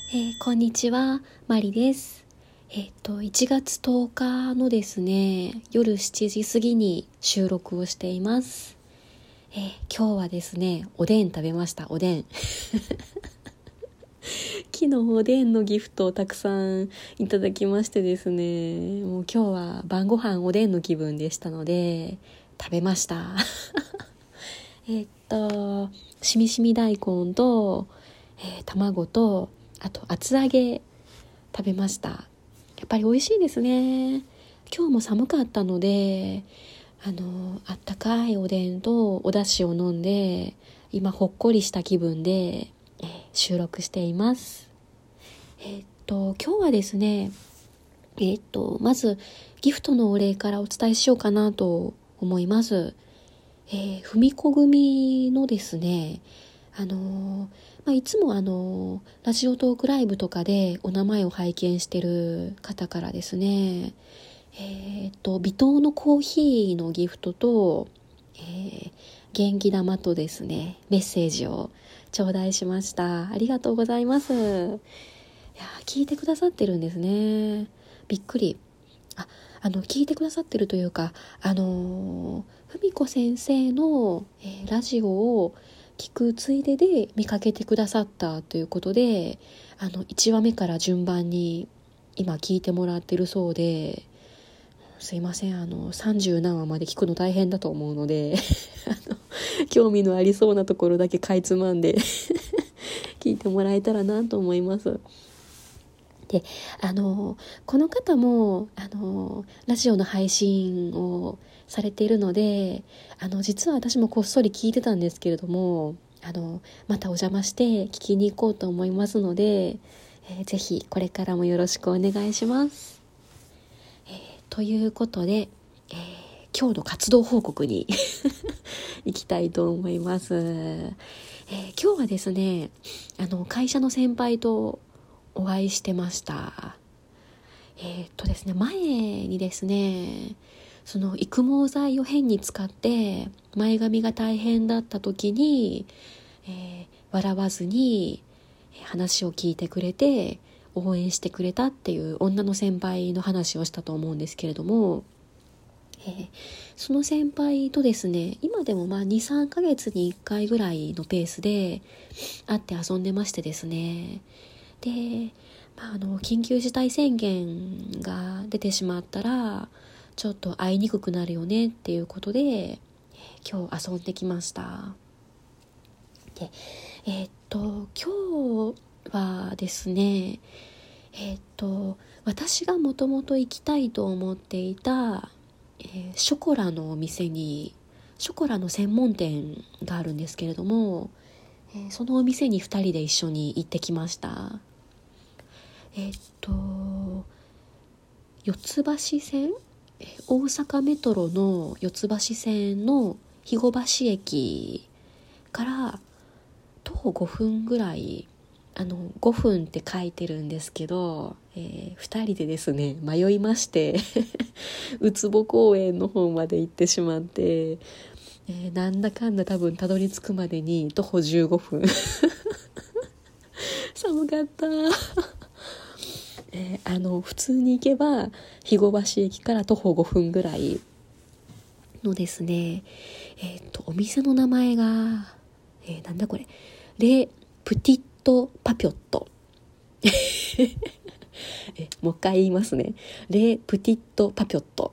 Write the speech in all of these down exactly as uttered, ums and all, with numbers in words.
えーこんにちは、マリです。えっと、いちがつとおかのですね、夜しちじ過ぎに収録をしています。えー今日はですね、おでん食べました、おでん。昨日おでんのギフトをたくさんいただきましてですね、もう今日は晩ご飯おでんの気分でしたので、食べました。えっと、しみしみ大根と、えー卵と、あと厚揚げ食べました。やっぱり美味しいですね。今日も寒かったので、あのあったかいおでんとお出汁を飲んで、今ほっこりした気分で、えー収録しています。えっと今日はですね、えっとまずギフトのお礼からお伝えしようかなと思います。えー、ふみこ組のですね、あのーまあ、いつもあのーラジオトークライブとかでお名前を拝見してる方からですね、えー、と微糖のコーヒーのギフトと、えー元気玉とですねメッセージを頂戴しました。ありがとうございます。いや聞いてくださってるんですね。びっくり。ああの聞いてくださってるというか、あのふみこ先生の、えーラジオを聞くついでで見かけてくださったということで、あのいちわめから順番に今聞いてもらってるそうで、すいません、あのさんじゅう何話まで聞くの大変だと思うのであの興味のありそうなところだけかいつまんで聞いてもらえたらなと思います。で、あのこの方もあのラジオの配信をされているので、あの実は私もこっそり聞いてたんですけれども、あのまたお邪魔して聞きに行こうと思いますので、えーぜひこれからもよろしくお願いします。えーということで、えー今日の活動報告に行きたいと思います。えー今日はですね、あの会社の先輩とお会いしてました。えーっとですね、前にですね、その育毛剤を変に使って前髪が大変だった時に、えー笑わずに話を聞いてくれて応援してくれたっていう女の先輩の話をしたと思うんですけれども、えーその先輩とですね、今でもまあに、さんかげつにいっかいぐらいのペースで会って遊んでましてですね。で、まあ、あの緊急事態宣言が出てしまったらちょっと会いにくくなるよねっていうことで今日遊んできました。で、えーっと今日はですね、えーっと私がもともと行きたいと思っていた、えーショコラのお店に、ショコラの専門店があるんですけれども、えーそのお店にふたりで一緒に行ってきました。えっと四ツ橋線、え大阪メトロの四ツ橋線の肥後橋駅から徒歩ごふんぐらい、あのごふんって書いてるんですけど、えー、ふたりでですね迷いましてうつぼ公園の方まで行ってしまって、えーなんだかんだ多分たどり着くまでに徒歩じゅうごふん寒かったえーあの普通に行けば肥後橋駅から徒歩ごふんぐらいのですね、えー、とお店の名前が、えーなんだこれ、レ・プティット・パピョットえもう一回言いますね。レ・プティット・パピョット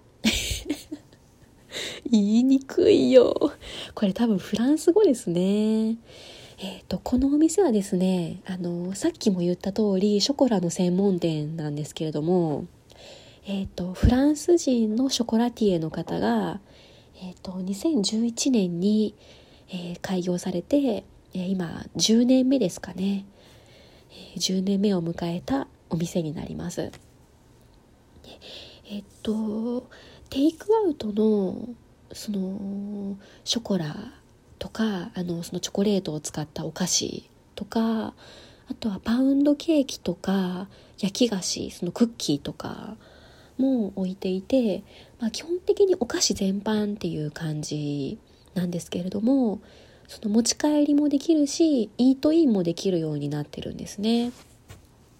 言いにくいよ。これ多分フランス語ですね。えー、とこのお店はですね、あのさっきも言った通りショコラの専門店なんですけれども、えー、とフランス人のショコラティエの方が、えー、とにせんじゅういちねんに、えー開業されて、えー今じゅうねんめですかね、えーじゅうねんめを迎えたお店になります。でえっ、とテイクアウトのそのショコラとか、あのそのチョコレートを使ったお菓子とか、あとはパウンドケーキとか焼き菓子、そのクッキーとかも置いていて、まあ、基本的にお菓子全般っていう感じなんですけれども、その持ち帰りもできるしイートインもできるようになってるんですね。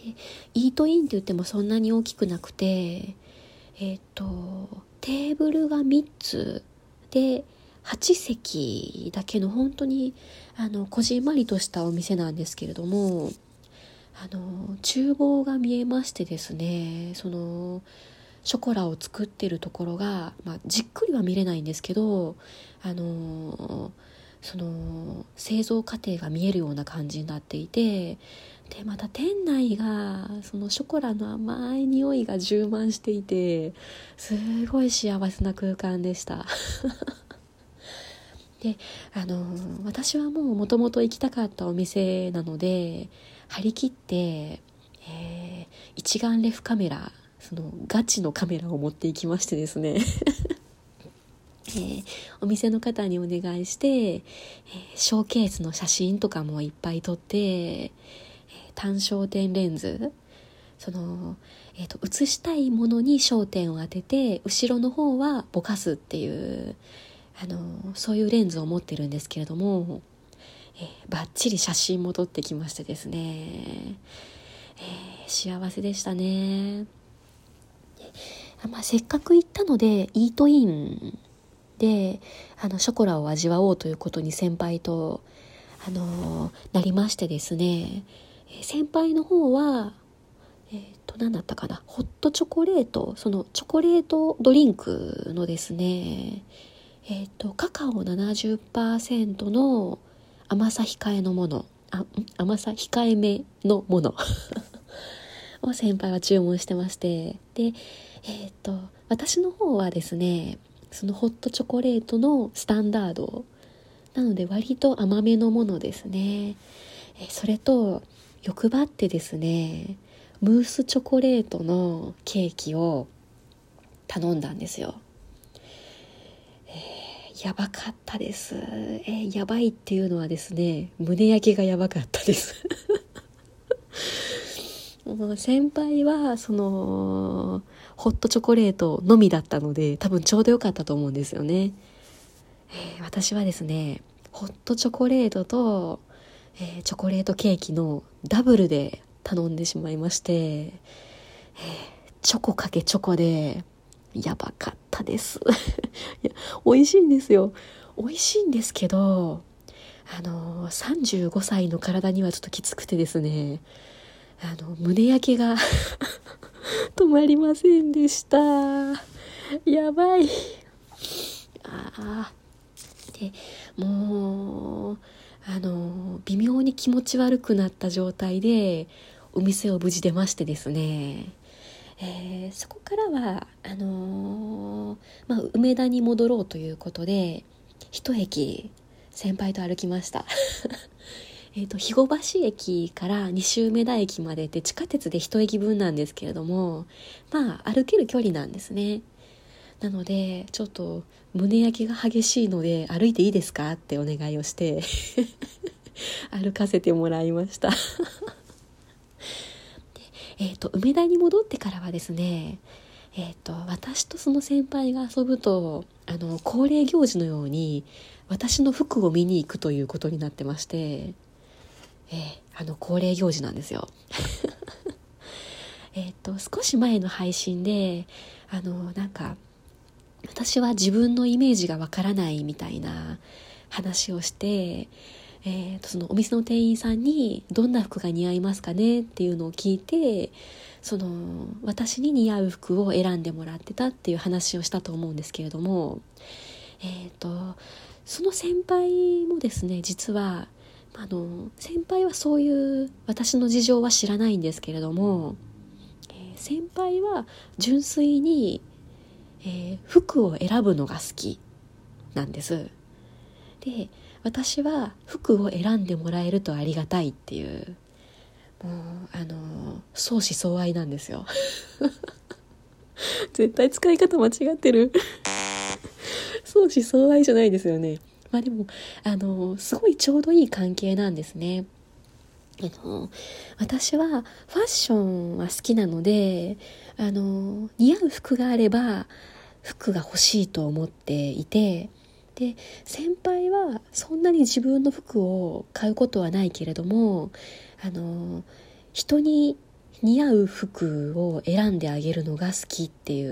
イートインって言ってもそんなに大きくなくて、えっとテーブルがみっつではちせきだけの本当にあのこじんまりとしたお店なんですけれども、あの厨房が見えましてですね、そのショコラを作ってるところが、まあ、じっくりは見れないんですけど、あのその製造過程が見えるような感じになっていて、でまた店内がそのショコラの甘い匂いが充満していて、すごい幸せな空間でしたで、あの私はもうもともと行きたかったお店なので、張り切って、えー一眼レフカメラ、そのガチのカメラを持っていきましてですねえーお店の方にお願いして、えーショーケースの写真とかもいっぱい撮って、えー単焦点レンズ、その、えーと、写したいものに焦点を当てて、後ろの方はぼかすっていう、あのそういうレンズを持ってるんですけれども、えー、バッチリ写真も撮ってきましてですね、えー幸せでしたね。まあ、せっかく行ったのでイートインであのショコラを味わおうということに先輩と、あのーなりましてですね、えー先輩の方はえっと何だったかな、ホットチョコレート、そのチョコレートドリンクのですね、えっとカカオ ななじゅっパーセント の甘さ控えのもの、あん甘さ控えめのものを先輩は注文してまして、でえっと私の方はですね、そのホットチョコレートのスタンダードなので割と甘めのものですね。えそれと欲張ってですね、ムースチョコレートのケーキを頼んだんですよ。えーやばかったです。えーやばいっていうのはですね、胸焼けがやばかったですもう先輩はそのホットチョコレートのみだったので多分ちょうどよかったと思うんですよね。えー私はですね、ホットチョコレートと、えーチョコレートケーキのダブルで頼んでしまいまして、えーチョコかけチョコでやばかったですいや美味しいんですよ、美味しいんですけど、あのーさんじゅうごさいの体にはちょっときつくてですね、あの胸焼けが止まりませんでした。やばい。あーでもうあの微妙に気持ち悪くなった状態でお店を無事出ましてですね、えーそこからはあのーまあ、梅田に戻ろうということで一駅先輩と歩きましたえーと肥後橋駅から西梅田駅までって地下鉄で一駅分なんですけれども、まあ歩ける距離なんですね。なのでちょっと胸焼けが激しいので歩いていいですかってお願いをして歩かせてもらいましたで、えーと梅田に戻ってからはですね、えーと私とその先輩が遊ぶとあの恒例行事のように私の服を見に行くということになってまして、えー、あの恒例行事なんですよえっと少し前の配信であのなんか私は自分のイメージがわからないみたいな話をして、えー、とそのお店の店員さんにどんな服が似合いますかねっていうのを聞いて、その私に似合う服を選んでもらってたっていう話をしたと思うんですけれども、えっとその先輩もですね、実はあの先輩はそういう私の事情は知らないんですけれども、えー先輩は純粋にえー服を選ぶのが好きなんです。で、私は服を選んでもらえるとありがたいっていう、もうあの相思相愛なんですよ絶対使い方間違ってる相思相愛じゃないですよね。まあでもあのすごいちょうどいい関係なんですね。あの私はファッションは好きなので、あの似合う服があれば服が欲しいと思っていて、で先輩はそんなに自分の服を買うことはないけれども、あの人に似合う服を選んであげるのが好きっていう、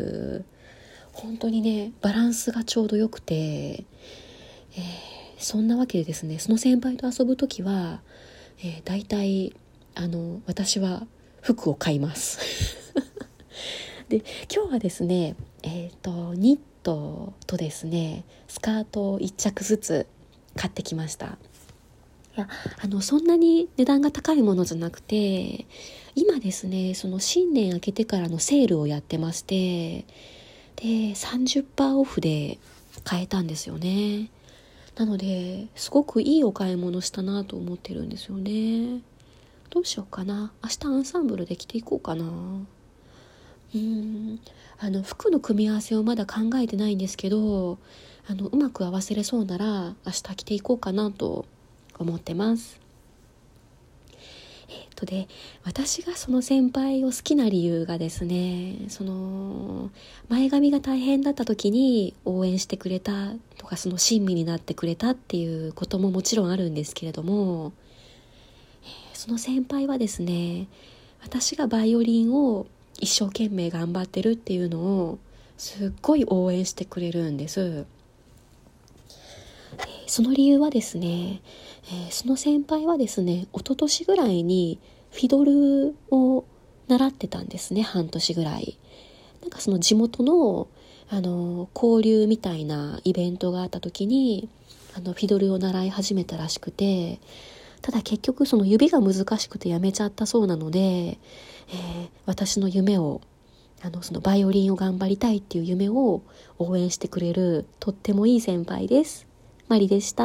本当にねバランスがちょうどよくて、えー、そんなわけでですね、その先輩と遊ぶときは、えー、だいたいあの私は服を買いますで今日はですね、えーと、ニットとですねスカートをいっ着ずつ買ってきました。いやあのそんなに値段が高いものじゃなくて、今ですねその新年明けてからのセールをやってまして、で さんじゅっパーセント オフで買えたんですよね。なのですごくいいお買い物したなと思ってるんですよね。どうしようかな、明日アンサンブルで着ていこうかな。うーんあの服の組み合わせをまだ考えてないんですけど、あのうまく合わせれそうなら明日着ていこうかなと思ってます。えー、っとで私がその先輩を好きな理由がですね、その前髪が大変だった時に応援してくれたとか、その親身になってくれたっていうことももちろんあるんですけれども、えー、その先輩はですね、私がバイオリンを一生懸命頑張ってるっていうのをすっごい応援してくれるんです。その理由はですね、えー、その先輩はですね、一昨年ぐらいにフィドルを習ってたんですね、半年ぐらい。なんかその地元の、あの交流みたいなイベントがあった時にあのフィドルを習い始めたらしくて、ただ結局その指が難しくてやめちゃったそうなので、えー、私の夢をあのそのバイオリンを頑張りたいっていう夢を応援してくれるとってもいい先輩です。マリでした。